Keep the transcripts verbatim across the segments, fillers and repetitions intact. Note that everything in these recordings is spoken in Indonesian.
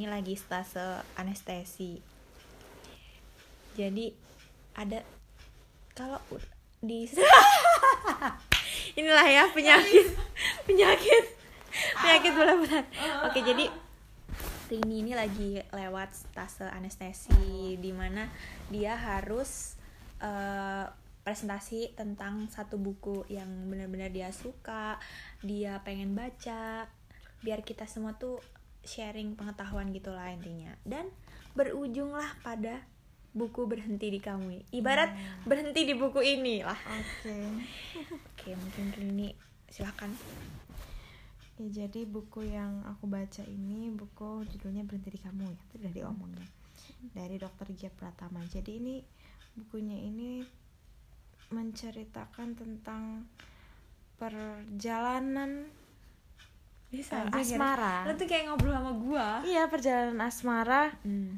ini lagi stase anestesi. Jadi ada kalau di inilah ya penyakit penyakit penyakit berat-berat. Oke, jadi Rini ini lagi lewat stase anestesi di mana dia harus uh, presentasi tentang satu buku yang benar-benar dia suka, dia pengen baca, biar kita semua tuh sharing pengetahuan gitulah intinya. Dan berujunglah pada buku Berhenti di Kamu. Ibarat hmm. berhenti di buku ini lah. Oke. Oke, mungkin Rini silakan. Ya, jadi buku yang aku baca ini buku judulnya Berhenti di Kamu ya, itu udah diomongin dari dokter Gia Pratama. Jadi ini bukunya ini menceritakan tentang perjalanan bisa uh, asmara. Lo tuh kayak ngobrol sama gua. Iya, perjalanan asmara. Hmm.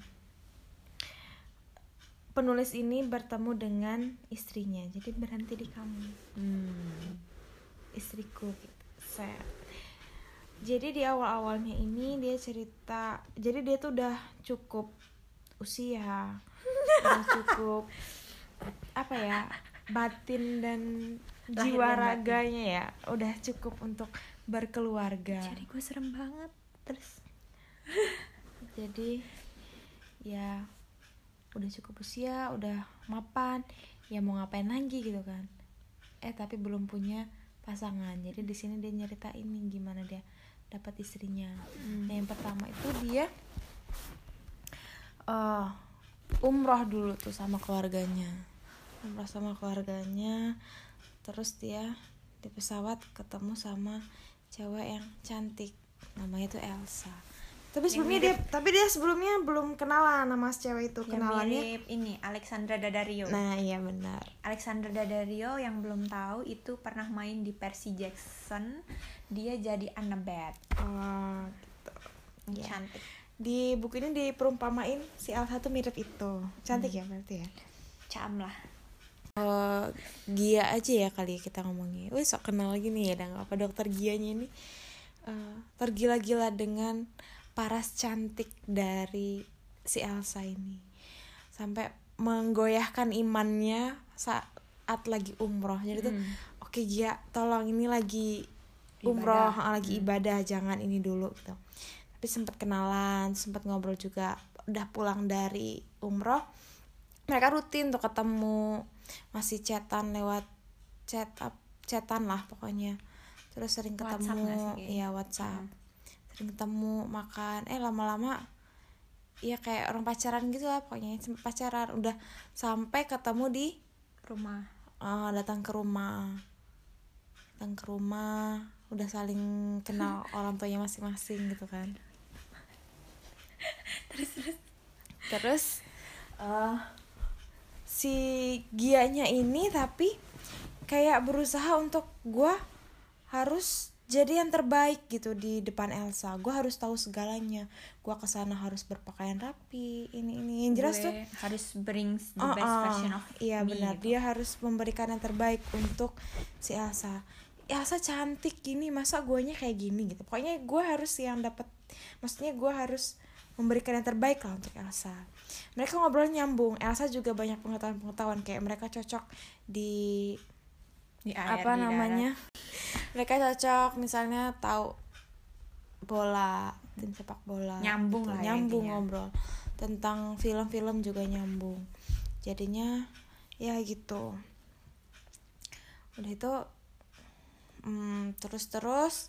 Penulis ini bertemu dengan istrinya. Jadi berhenti di kamu. Hmm. Istriku gitu. Saya Jadi di awal-awalnya ini dia cerita, jadi dia tuh udah cukup usia, udah cukup apa ya, batin dan Lahir jiwa dan raganya ya, udah cukup untuk berkeluarga. Jadi gue serem banget. Terus jadi ya udah cukup usia, udah mapan, ya mau ngapain lagi gitu kan. Eh tapi belum punya pasangan. Jadi di sini dia nyeritain nih gimana dia dapat istrinya. Hmm. Nah, yang pertama itu dia uh, umroh dulu tuh sama keluarganya. Umroh sama keluarganya. Terus dia di pesawat ketemu sama cewek yang cantik. Namanya tuh Elsa. Tapi sebelumnya dia tapi dia sebelumnya belum kenalan sama cewek itu. Yang kenalannya mirip ini Alexandra Daddario. Nah, iya benar. Alexandra Daddario yang belum tahu itu pernah main di Percy Jackson. Dia jadi Annabeth. Oh, gitu. Ya. Cantik. Di buku ini diperumpamain si Elsa tuh mirip itu. Cantik hmm. ya berarti ya. Cam lah. Uh, Gia aja ya kali kita ngomongnya. Wih, sok kenal lagi nih ya, dan apa dokter Gianya ini uh, tergila-gila dengan paras cantik dari si Elsa ini, sampai menggoyahkan imannya saat lagi umroh. Jadi tuh hmm. oke okay, Gia, tolong ini lagi umroh, ibadah. lagi hmm. ibadah, jangan ini dulu gitu. Tapi sempat kenalan, sempat ngobrol juga. Udah pulang dari umroh, mereka rutin tuh ketemu, masih chatan lewat chat up, chatan lah pokoknya. Terus sering ketemu, iya WhatsApp. Hmm. Sering ketemu, makan, eh lama-lama ya kayak orang pacaran gitu lah pokoknya. Pacaran, udah sampai ketemu di rumah. Uh, datang ke rumah. Datang ke rumah, udah saling kenal orang tuanya masing-masing gitu kan. Terus terus terus uh, si Gianya ini tapi kayak berusaha untuk gue harus jadi yang terbaik gitu di depan Elsa. Gue harus tahu segalanya. Gue kesana harus berpakaian rapi, ini ini. Yang jelas tuh harus bring the uh, best uh, version of iya me. Benar. Gitu. Dia harus memberikan yang terbaik untuk si Elsa. Elsa cantik gini, masa guanya kayak gini gitu. Pokoknya gue harus yang dapat. Maksudnya gue harus memberikan yang terbaik lah untuk Elsa. Mereka ngobrol nyambung. Elsa juga banyak pengetahuan-pengetahuan kayak mereka cocok di di air, apa di namanya darat. Mereka cocok misalnya tahu bola, tim sepak bola, nyambung gitu. lah nyambung intinya. Ngobrol tentang film-film juga nyambung, jadinya ya gitu. Udah itu hmm, terus-terus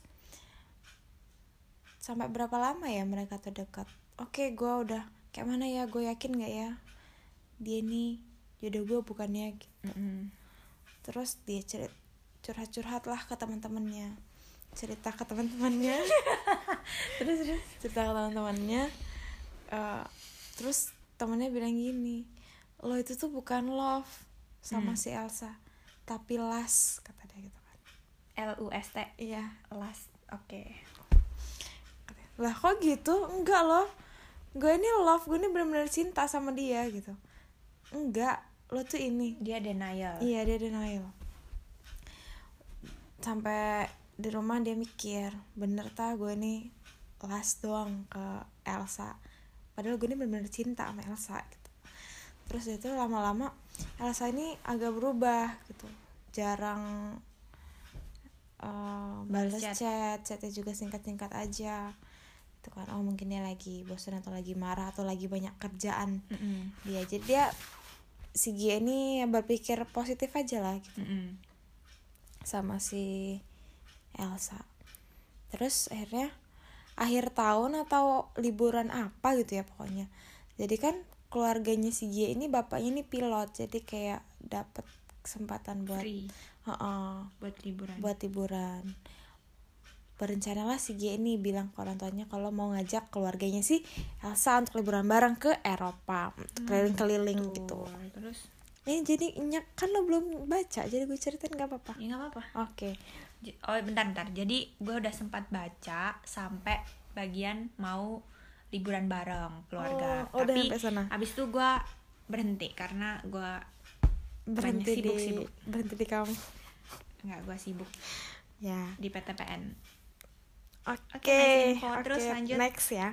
sampai berapa lama ya mereka tuh dekat. Oke, gue udah kayak mana ya, gue yakin nggak ya dia nih jodoh gue bukannya gitu. Mm-hmm. Terus dia cerit curhat-curhat lah ke teman-temannya, cerita ke teman-temannya, terus terus cerita ke teman-temannya, uh, terus temannya bilang gini, lo itu tuh bukan love sama hmm. si Elsa, tapi lust, kata dia gitu kan. L U S T. Iya, lust. Oke. Okay. Lah kok gitu? Enggak loh, gue ini love, gue ini benar-benar cinta sama dia gitu. Enggak, lo tuh ini. Dia denial. Iya, dia denial. Sampai di rumah dia mikir, bener tah gue ini last doang ke Elsa, padahal gue ini benar-benar cinta sama Elsa gitu. Terus itu lama-lama Elsa ini agak berubah gitu, jarang uh, balas chat. chat, chatnya juga singkat-singkat aja itu kan. Oh mungkin dia lagi bosan atau lagi marah atau lagi banyak kerjaan Mm-mm. dia, jadi dia si Gia ini berpikir positif aja lah gitu Mm-mm. sama si Elsa. Terus akhirnya akhir tahun atau liburan apa gitu ya pokoknya, jadi kan keluarganya si Gia ini bapaknya ini pilot, jadi kayak dapet kesempatan buat Free uh-uh, buat liburan. buat liburan. Berencanalah si Gia ini bilang ke orang tuanya kalau mau ngajak keluarganya si Elsa untuk liburan bareng ke Eropa, keliling-keliling gitu. Terus Ini jadi nyak kan lo belum baca, jadi gue ceritain nggak apa-apa. ya nggak apa-apa. Oke. J- Oh bentar-bentar. Jadi gue udah sempat baca sampai bagian mau liburan bareng keluarga. Oh, udah Tapi sampai sana. abis itu gue berhenti karena gue Berhenti di sibuk-sibuk. berhenti di kamu. nggak gue sibuk Ya. di P T P N. Oke. Oke, next info. Oke, Terus lanjut. next ya.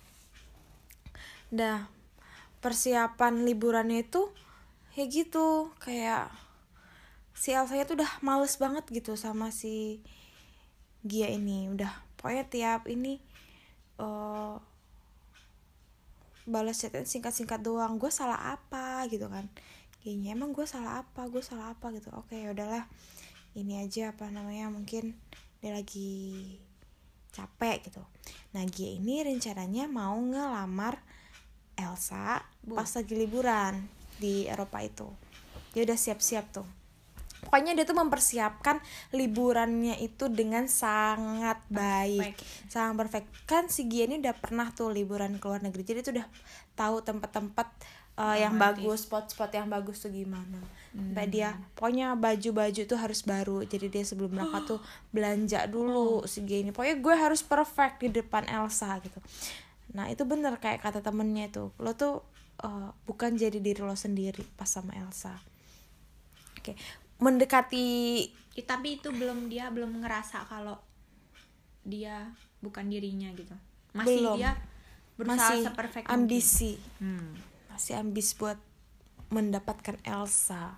Dah persiapan liburannya itu kayak gitu, kayak si Elsa tuh udah males banget gitu sama si Gia ini, udah pokoknya tiap ini uh, balas chatnya singkat-singkat doang. Gue salah apa gitu kan, kayaknya emang gue salah apa gue salah apa gitu. Oke ya udahlah, ini aja apa namanya, mungkin dia lagi capek gitu. Nah Gia ini rencananya mau ngelamar Elsa Bu. pas lagi liburan di Eropa itu. Dia udah siap-siap tuh. Pokoknya dia tuh mempersiapkan liburannya itu dengan sangat baik, Perfect. sangat perfect. Kan si Gia ini udah pernah tuh liburan ke luar negeri, jadi tuh udah tahu tempat-tempat uh, yang Romantis. bagus, spot-spot yang bagus tuh gimana. Sampai dia pokoknya baju-baju tuh harus baru, jadi dia sebelum berangkat tuh belanja dulu si Gia ini. Pokoknya gue harus perfect di depan Elsa gitu. Nah itu bener kayak kata temennya tuh, lo tuh uh, bukan jadi diri lo sendiri pas sama Elsa. Oke, mendekati Ya, tapi itu belum dia belum ngerasa kalau dia bukan dirinya gitu. Masih belum, dia berusaha masih seperfect ambisi, mungkin. Hmm. masih ambis buat mendapatkan Elsa.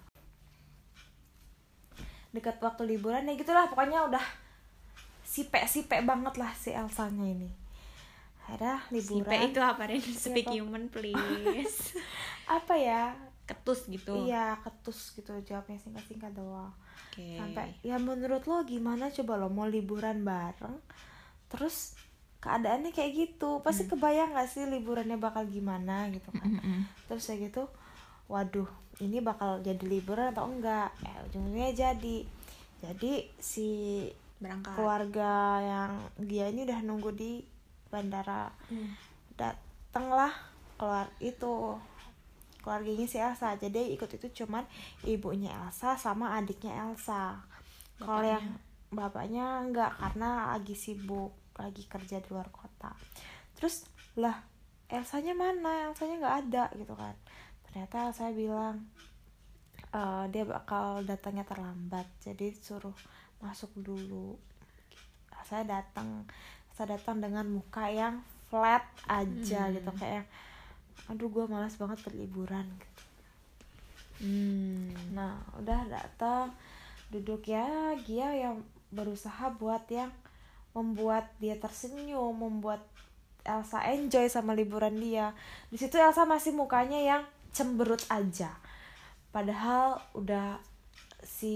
Dekat waktu liburan ya gitulah, pokoknya udah sipe-sipe banget lah si Elsanya ini. Ada liburan. Sipe itu apa Ren? Speak Siapa? human please. Apa ya? Ketus gitu. Iya, ketus gitu, jawabnya singkat-singkat doang. Oke. Sampai ya menurut lo gimana, coba lo mau liburan bareng terus keadaannya kayak gitu, pasti Hmm. kebayang gak sih liburannya bakal gimana gitu kan. Mm-mm. Terus kayak gitu, waduh ini bakal jadi liburan atau enggak. Eh ujungnya jadi jadi si Berangkat. keluarga yang dia ini udah nunggu di bandara. Hmm. Datanglah keluar itu keluarganya si Elsa, jadi ikut itu cuman ibunya Elsa sama adiknya Elsa. Kalau Bapaknya? yang bapaknya enggak, karena lagi sibuk, lagi kerja di luar kota. Terus lah Elsanya mana, Elsanya nggak ada gitu kan. Ternyata Elsa bilang uh, dia bakal datangnya terlambat, jadi suruh masuk dulu. Saya datang saya datang dengan muka yang flat aja Hmm. gitu, kayak aduh gue malas banget berliburan gitu. Hmm. Nah udah datang duduk ya, Gia yang berusaha buat yang membuat dia tersenyum, membuat Elsa enjoy sama liburan dia. Di situ Elsa masih mukanya yang cemberut aja, padahal udah si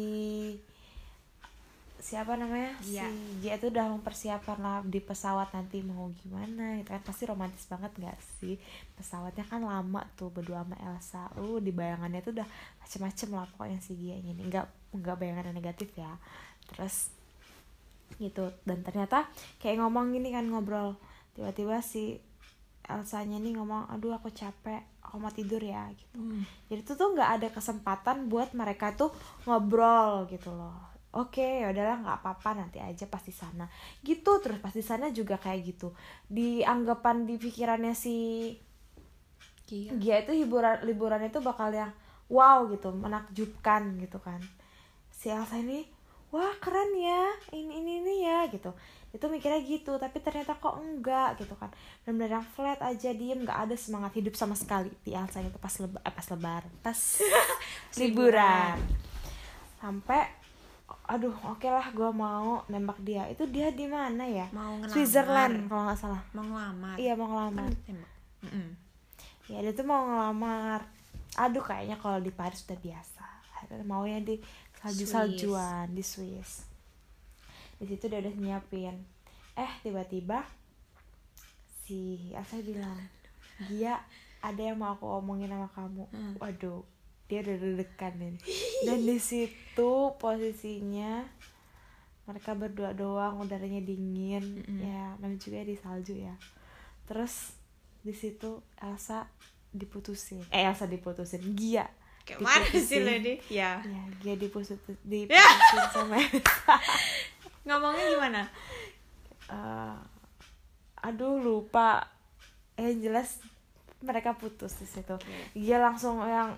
siapa namanya Gia. si Gia itu udah mempersiapkan lah di pesawat nanti mau gimana gitu kan. Pasti romantis banget gak sih, pesawatnya kan lama tuh berdua sama Elsa. Uh di bayangannya tuh udah macem-macem lah pokoknya si Gia ini, nggak nggak bayangan yang negatif ya. Terus gitu, dan ternyata kayak ngomong gini kan, ngobrol tiba-tiba si Elsanya nih ngomong, aduh aku capek, aku mau tidur ya gitu. Hmm. Jadi itu tuh nggak ada kesempatan buat mereka tuh ngobrol gitu loh. Oke ya udahlah nggak apa-apa, nanti aja pas di sana gitu. Terus pas di sana juga kayak gitu, di anggapan di pikirannya si Gia. Gia itu hiburan liburan itu bakal yang wow gitu, menakjubkan gitu kan. Si Elsa ini wah keren ya ini ini ini ya gitu, itu mikirnya gitu, tapi ternyata kok enggak gitu kan, benar-benar yang flat aja, diem, nggak ada semangat hidup sama sekali di Elsa itu pas leba, eh, pas lebaran pas liburan. Sampai aduh oke okay lah gue mau nembak dia, itu dia di mana ya, mau ngelamar. Switzerland kalau nggak salah, mau ngelamar. Iya mau ngelamar kan ya, dia tuh mau ngelamar. Aduh kayaknya kalau di Paris udah biasa, maunya di salju-saljuan di Swiss. Di situ dia udah nyiapin, eh tiba-tiba si Elsa bilang, dia ada yang mau aku omongin sama kamu. hmm. Waduh, dia udah deg-degan nih. Dan di situ posisinya mereka berdua doang, udaranya dingin, mm-hmm. ya namanya juga di salju ya. Terus di situ Elsa diputusin, eh Elsa diputusin, Gia kayak mana sih lo deh? Ya, ya Gia diputusin, diputusin sama Elsa. Ngomongnya gimana? Uh, aduh lupa. Yang jelas mereka putus di situ. Dia langsung yang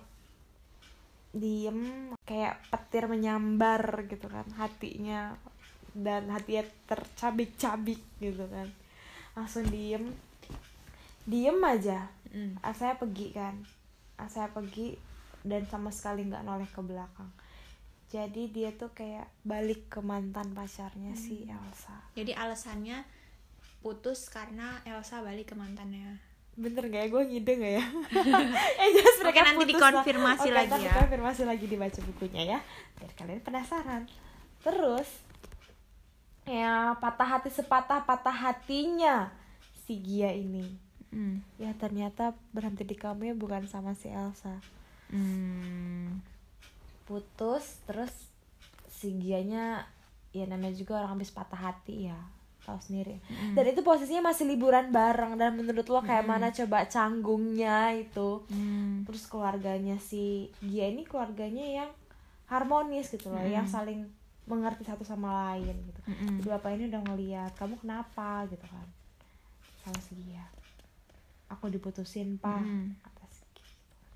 diem kayak petir menyambar gitu kan hatinya, dan hatinya tercabik-cabik gitu kan. Langsung diem, diem aja. Mm. Saya pergi kan, saya pergi dan sama sekali nggak noleh ke belakang. Jadi dia tuh kayak balik ke mantan pacarnya hmm. si Elsa. Jadi alasannya putus karena Elsa balik ke mantannya. Bener gak ya? Gue ngide gak ya? eh jelas mereka Oke, nanti dikonfirmasi lah. lagi Oke, ya. dikonfirmasi lagi dibaca bukunya ya. Biar kalian penasaran. Terus ya patah hati sepatah patah hatinya si Gia ini. Hmm. Ya ternyata berhenti di kamu ya bukan sama si Elsa. Hmm. Putus, terus si Gianya ya namanya juga orang habis patah hati ya, tahu sendiri. Mm. Dan itu posisinya masih liburan bareng, dan menurut lo kayak mm. mana coba canggungnya itu. Mm. Terus keluarganya si Gia ini keluarganya yang harmonis gitu loh, mm. yang saling mengerti satu sama lain gitu. Mm. Jadi bapak ini udah ngeliat, kamu kenapa gitu kan sama si Gia. Aku diputusin pak, mm. kata si Gia.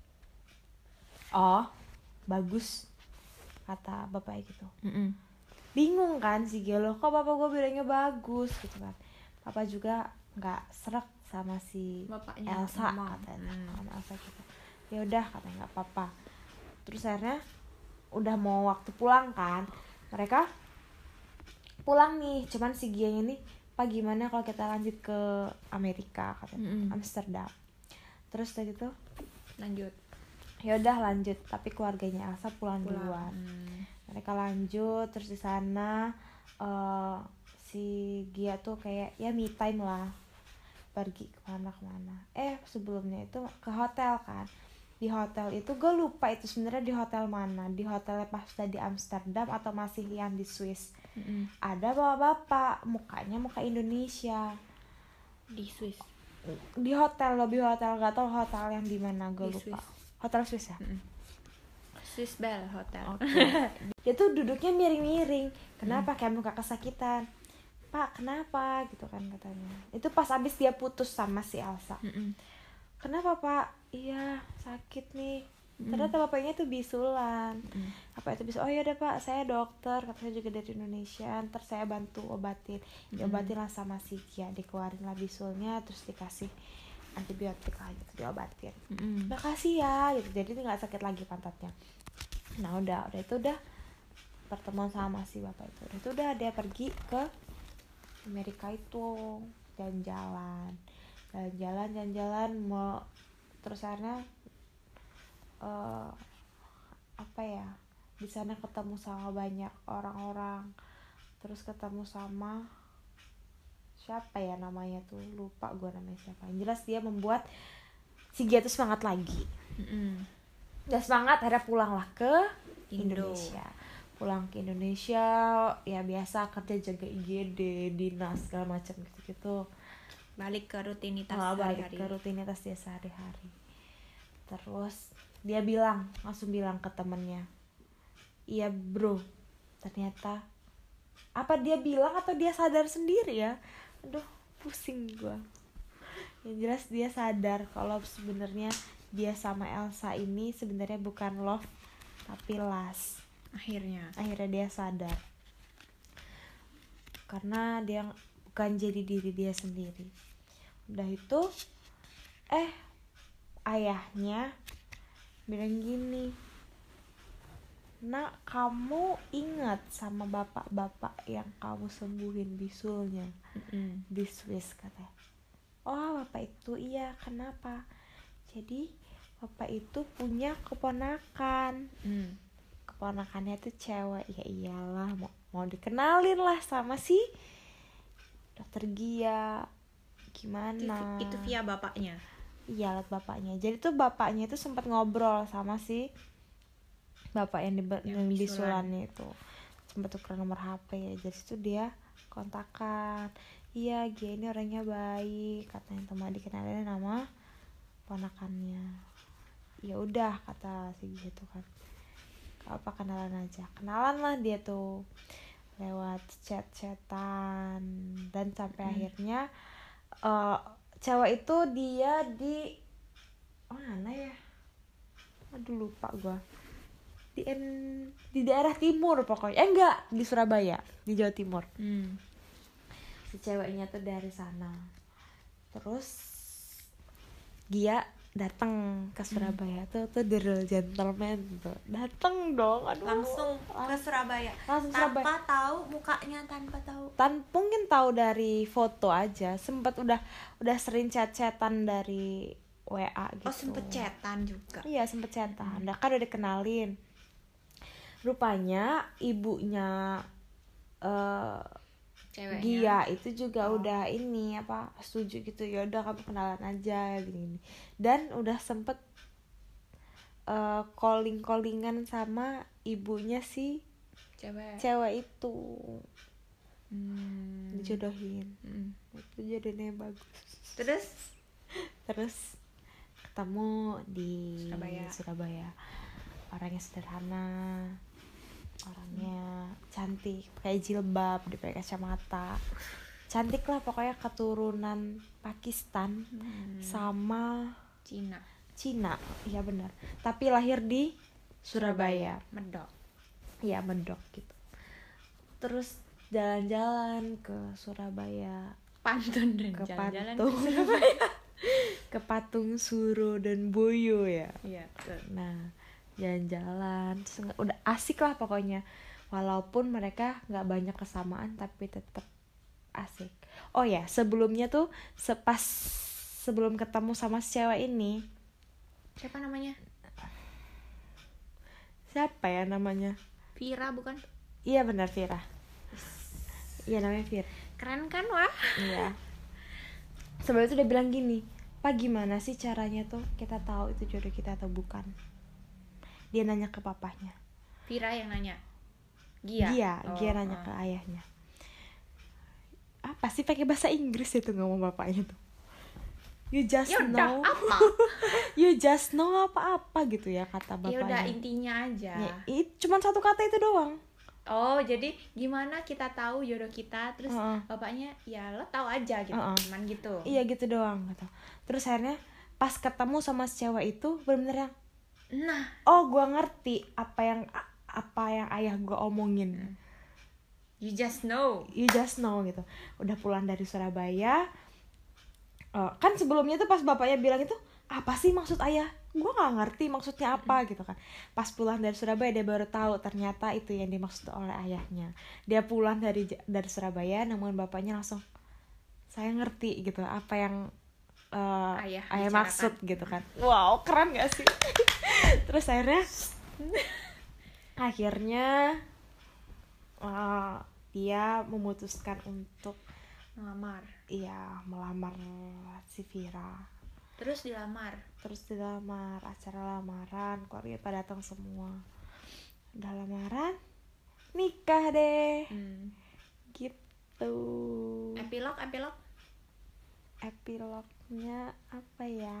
Oh bagus, kata bapaknya gitu. Mm-mm. Bingung kan si Gelo, kok bapak gue bilangnya bagus gitu kan. Papa juga nggak serak sama si bapaknya Elsa, katanya hmm. sama Elsa gitu. Ya udah katanya nggak apa-apa. Terus akhirnya udah mau waktu pulang kan, mereka pulang nih. Cuman si Gianya nih, pak gimana kalau kita lanjut ke Amerika katanya, mm-mm. Amsterdam. Terus udah gitu lanjut. Ya udah lanjut, tapi keluarganya Elsa pulang, pulang. duluan. Hmm. Mereka lanjut, terus di sana uh, si Gia tuh kayak ya me time lah, pergi kemana-kemana. Eh sebelumnya itu ke hotel kan. Di hotel itu gue lupa itu sebenarnya di hotel mana, di hotelnya pas udah di Amsterdam atau masih yang di Swiss. Mm-hmm. Ada bapak-bapak, mukanya muka Indonesia di Swiss. Di hotel, lobby hotel, gak tau hotel yang di mana gue lupa. Swiss. Hotel Swiss ya? Mm-mm. Swiss Bell Hotel. Okay. Dia tuh duduknya miring-miring. Kenapa? Mm. Kayak muka kesakitan. Pak, kenapa? Gitu kan katanya. Itu pas abis dia putus sama si Elsa. Mm-mm. Kenapa pak? Iya sakit nih. Mm. Ternyata bapaknya tuh bisulan. Mm. Apa itu bisul? Oh ya udah pak, saya dokter. Katanya juga dari Indonesia. Ntar saya bantu obatin. Diobatin lah sama si Gia. Dikeluarin lah bisulnya. Terus dikasih antibiotik lah gitu, diobatin. Mm-hmm. Makasih ya gitu, jadi nggak sakit lagi pantatnya. Nah udah udah itu udah pertemuan sama si bapak itu, udah itu udah dia pergi ke Amerika itu jalan-jalan jalan-jalan jalan-jalan mau terus sana uh, apa ya, di sana ketemu sama banyak orang-orang, terus ketemu sama siapa ya namanya tuh, lupa gue namanya siapa. Yang jelas dia membuat si Gia tuh semangat lagi. Mm-hmm. Udah semangat, akhirnya pulanglah ke Indo. Indonesia. Pulang ke Indonesia, ya biasa kerja jaga I G D, dinas segala macam gitu-gitu. Balik ke rutinitas oh, sehari-hari. Balik ke rutinitas dia sehari-hari. Terus dia bilang, langsung bilang ke temennya, iya bro, ternyata apa dia bilang atau dia sadar sendiri ya? Aduh pusing gue. Yang jelas dia sadar kalau sebenarnya dia sama Elsa ini sebenarnya bukan love tapi lust. Akhirnya akhirnya dia sadar karena dia bukan jadi diri dia sendiri. Udah itu eh ayahnya bilang gini, nak kamu ingat sama bapak-bapak yang kamu sembuhin bisulnya Mm-mm. di Swiss, katanya. Oh bapak itu, iya kenapa? Jadi bapak itu punya keponakan, Mm. keponakannya tuh cewek. Ya iyalah, mau, mau dikenalin lah sama si dokter Gia. Gimana? Itu, itu via bapaknya. Iya, liat bapaknya. Jadi tuh bapaknya itu sempat ngobrol sama si bapak yang di yang bisulannya itu, sempat tuker nomor H P. Jadi tuh dia kontakan, iya Gia ini orangnya baik, katanya, teman dikenalin nama ponakannya. Ya udah kata si gitu kan, apa kenalan aja, kenalan lah dia tuh lewat chat-chatan, dan sampai hmm. akhirnya uh, cewek itu dia di mana ya, aduh lupa gue, di en, di daerah timur pokoknya, eh enggak, di Surabaya, di Jawa Timur. hmm. Si ceweknya tuh dari sana, terus dia datang ke Surabaya. hmm. tuh tuh the real gentleman tuh datang dong, aduh langsung ke Surabaya, langsung tanpa Surabaya. tahu mukanya, tanpa tahu, tan mungkin tahu dari foto aja, sempat udah udah sering chat-chatan dari W A gitu. Oh sempet chatan juga. Iya sempet chatan, udah kan udah dikenalin. Rupanya ibunya uh, Gia itu juga oh. udah ini apa setuju gitu, ya udah kamu kenalan aja gini, dan udah sempet uh, calling callingan sama ibunya si cewek cewek itu. hmm. Dijodohin. hmm. Itu jodohnya bagus. Terus terus ketemu di Surabaya. Surabaya. Orangnya sederhana, orangnya cantik, pakai jilbab, dia pakai kacamata, cantik lah pokoknya, keturunan Pakistan hmm. sama Cina. Cina, iya benar. Tapi lahir di Surabaya. Surabaya. Medok. Iya Medok gitu. Terus jalan-jalan ke Surabaya. Pantun dan ke jalan-jalan Patung. ke Surabaya. Ke Patung Suro dan Boyo ya. Iya. Nah jalan-jalan, terus udah asik lah pokoknya, walaupun mereka nggak banyak kesamaan tapi tetap asik. Oh ya sebelumnya tuh sepas sebelum ketemu sama si cewek ini, siapa namanya? Siapa ya namanya? Vira bukan? Iya benar Vira. Iya namanya Vira. Keren kan wah? Iya. Sebelum itu udah bilang gini, Pak gimana sih caranya tuh kita tahu itu jodoh kita atau bukan? Dia nanya ke papahnya. Vira yang nanya. Gia. Gia, oh, Gia nanya oh. ke ayahnya. Apa sih pakai bahasa Inggris itu ngomong bapaknya tuh? You just Yaudah, know. apa? You just know apa-apa gitu ya kata bapaknya. Ya udah intinya aja. Ya, it, cuman satu kata itu doang. Oh, jadi gimana kita tahu jodoh kita? Terus uh-uh. bapaknya ya lo tahu aja gitu. Uh-uh. Cuman gitu. Iya gitu doang gitu. Terus akhirnya pas ketemu sama si cewek itu bener-bener yang, nah, oh gue ngerti apa yang apa yang ayah gue omongin. You just know. You just know gitu. Udah pulang dari Surabaya. Uh, kan sebelumnya tuh pas bapaknya bilang itu, apa sih maksud ayah? Gue nggak ngerti maksudnya apa gitu kan. Pas pulang dari Surabaya dia baru tahu ternyata itu yang dimaksud oleh ayahnya. Dia pulang dari dari Surabaya, namun bapaknya langsung, saya ngerti gitu apa yang uh, ayah, ayah maksud gitu kan. Wow keren gak sih? Terus akhirnya akhirnya uh, dia memutuskan untuk melamar. Iya melamar si Vira. Terus dilamar. Terus dilamar, acara lamaran, keluarga pada datang semua. Udah lamaran, nikah deh. Hmm. Gitu. Epilog, epilog. Epilognya apa ya?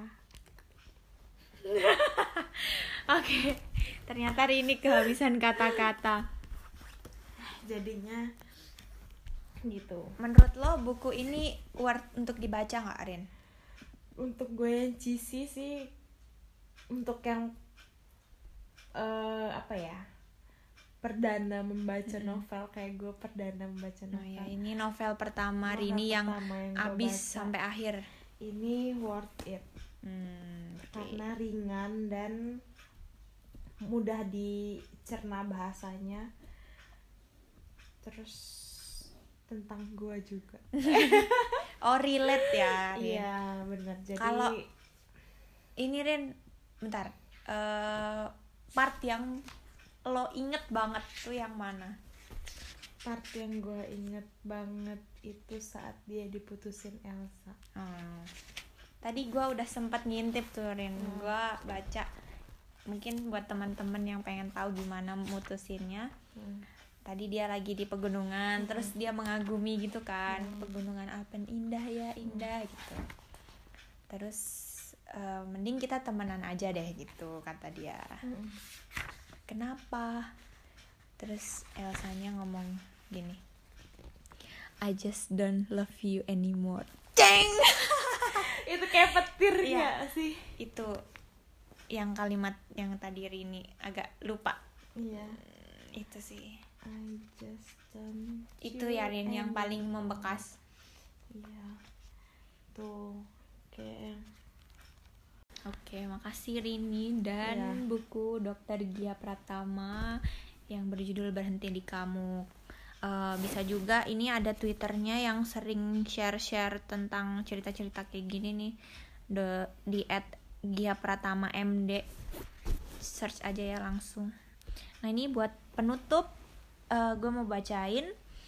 Oke, ternyata hari ini kehabisan kata-kata. Jadinya gitu. Menurut lo buku ini worth untuk dibaca nggak, Arin? Untuk gue yang cheesy sih, untuk yang uh, apa ya, perdana membaca novel kayak gue perdana membaca Oh novel. ya, ini novel pertama Novel Rini yang, pertama yang gua abis baca. sampai akhir. Ini worth it Hmm, oke. karena ringan dan mudah dicerna bahasanya. Terus tentang gue juga. Oh, relate ya, Rin. Iya benar. Jadi Kalau ini Rin, bentar. Eh, part yang lo inget banget tuh yang mana? part yang gue inget banget itu saat dia diputusin Elsa. Hmm. Tadi gue udah sempat ngintip tuh Rin. Hmm. Gue baca. Mungkin buat teman-teman yang pengen tahu gimana mutusinnya. Hmm. Tadi dia lagi di pegunungan, Hmm. terus dia mengagumi gitu kan. Hmm. Pegunungan Alpen indah ya, indah gitu. Terus eh, mending kita temenan aja deh gitu kata dia. Hmm. Kenapa? Terus Elsanya ngomong gini, I just don't love you anymore. Ceng! Itu kayak petirnya Iya. sih. Itu yang kalimat yang tadi Rini agak lupa. Iya. Itu sih. I just don't Itu you ya Rin yang paling anymore. membekas. Iya. Tuh kayak Oke, makasih Rini dan Iya. buku Dokter Gia Pratama yang berjudul Berhenti di Kamu. Eh, bisa juga ini ada Twitternya yang sering share-share tentang cerita-cerita kayak gini nih. The, di at Gia Pratama M D. Search aja ya langsung. Nah ini buat penutup, eh, gue mau bacain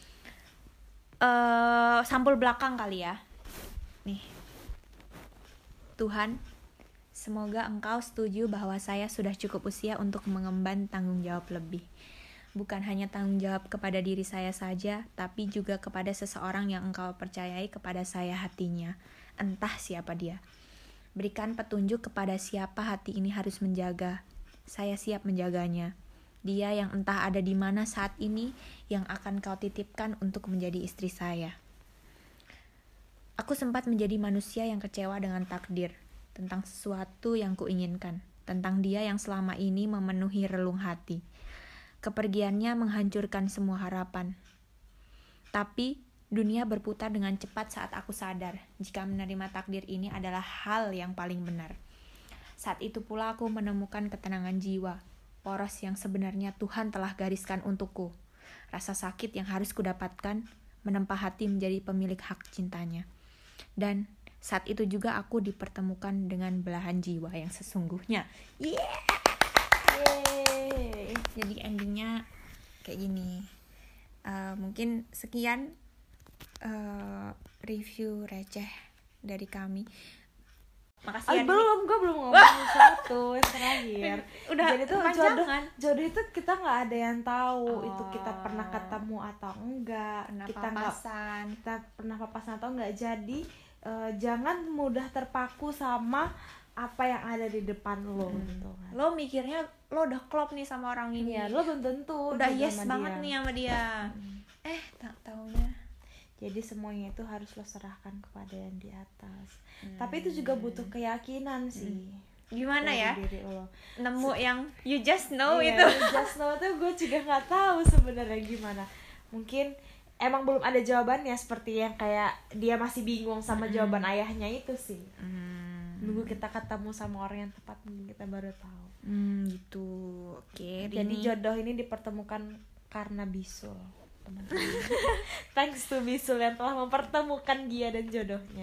eh, sampul belakang kali ya. Nih. Tuhan, semoga Engkau setuju bahwa saya sudah cukup usia untuk mengemban tanggung jawab lebih. Bukan hanya tanggung jawab kepada diri saya saja, tapi juga kepada seseorang yang Engkau percayai kepada saya hatinya, entah siapa dia. Berikan petunjuk kepada siapa hati ini harus menjaga. Saya siap menjaganya. Dia yang entah ada di mana saat ini, yang akan Kau titipkan untuk menjadi istri saya. Aku sempat menjadi manusia yang kecewa dengan takdir, tentang sesuatu yang kuinginkan, tentang dia yang selama ini memenuhi relung hati. Kepergiannya menghancurkan semua harapan. Tapi, dunia berputar dengan cepat saat aku sadar, jika menerima takdir ini adalah hal yang paling benar. Saat itu pula aku menemukan ketenangan jiwa, poros yang sebenarnya Tuhan telah gariskan untukku. Rasa sakit yang harus kudapatkan, menempa hati menjadi pemilik hak cintanya. Dan saat itu juga aku dipertemukan dengan belahan jiwa yang sesungguhnya. Yeah! yeay. Jadi endingnya kayak gini. Uh, mungkin sekian uh, review receh dari kami. Makasih Oh, ya. belum, gue belum ngomong sesuatu yang terakhir. Udah Jadi tuh kepanjangan. jodoh, jodoh itu kita nggak ada yang tahu Oh. itu kita pernah ketemu atau enggak, Pernah kita nggak papasan. kita pernah papasan atau enggak. Jadi eh, jangan mudah terpaku sama apa yang ada di depan lo gitu kan. Lo mikirnya lo udah klop nih sama orang ini. Iya, lo belum tentu udah jodoh yes sama banget dia. nih sama dia. Eh, tak taunya. Jadi semuanya itu harus lo serahkan kepada yang di atas. Tapi itu juga butuh keyakinan sih. Gimana dari ya? diri lo. Nemu yang you just know Iya, itu. you just know tuh gue juga nggak tahu sebenarnya gimana. Mungkin emang belum ada jawabannya, seperti yang kayak dia masih bingung sama jawaban ayahnya itu sih. Hmm, Nunggu kita ketemu sama orang yang tepat mungkin kita baru tahu. hmm, gitu. Oke, Jadi Rini. jodoh ini dipertemukan karena bisul, teman-teman. Thanks to bisul yang telah mempertemukan dia dan jodohnya.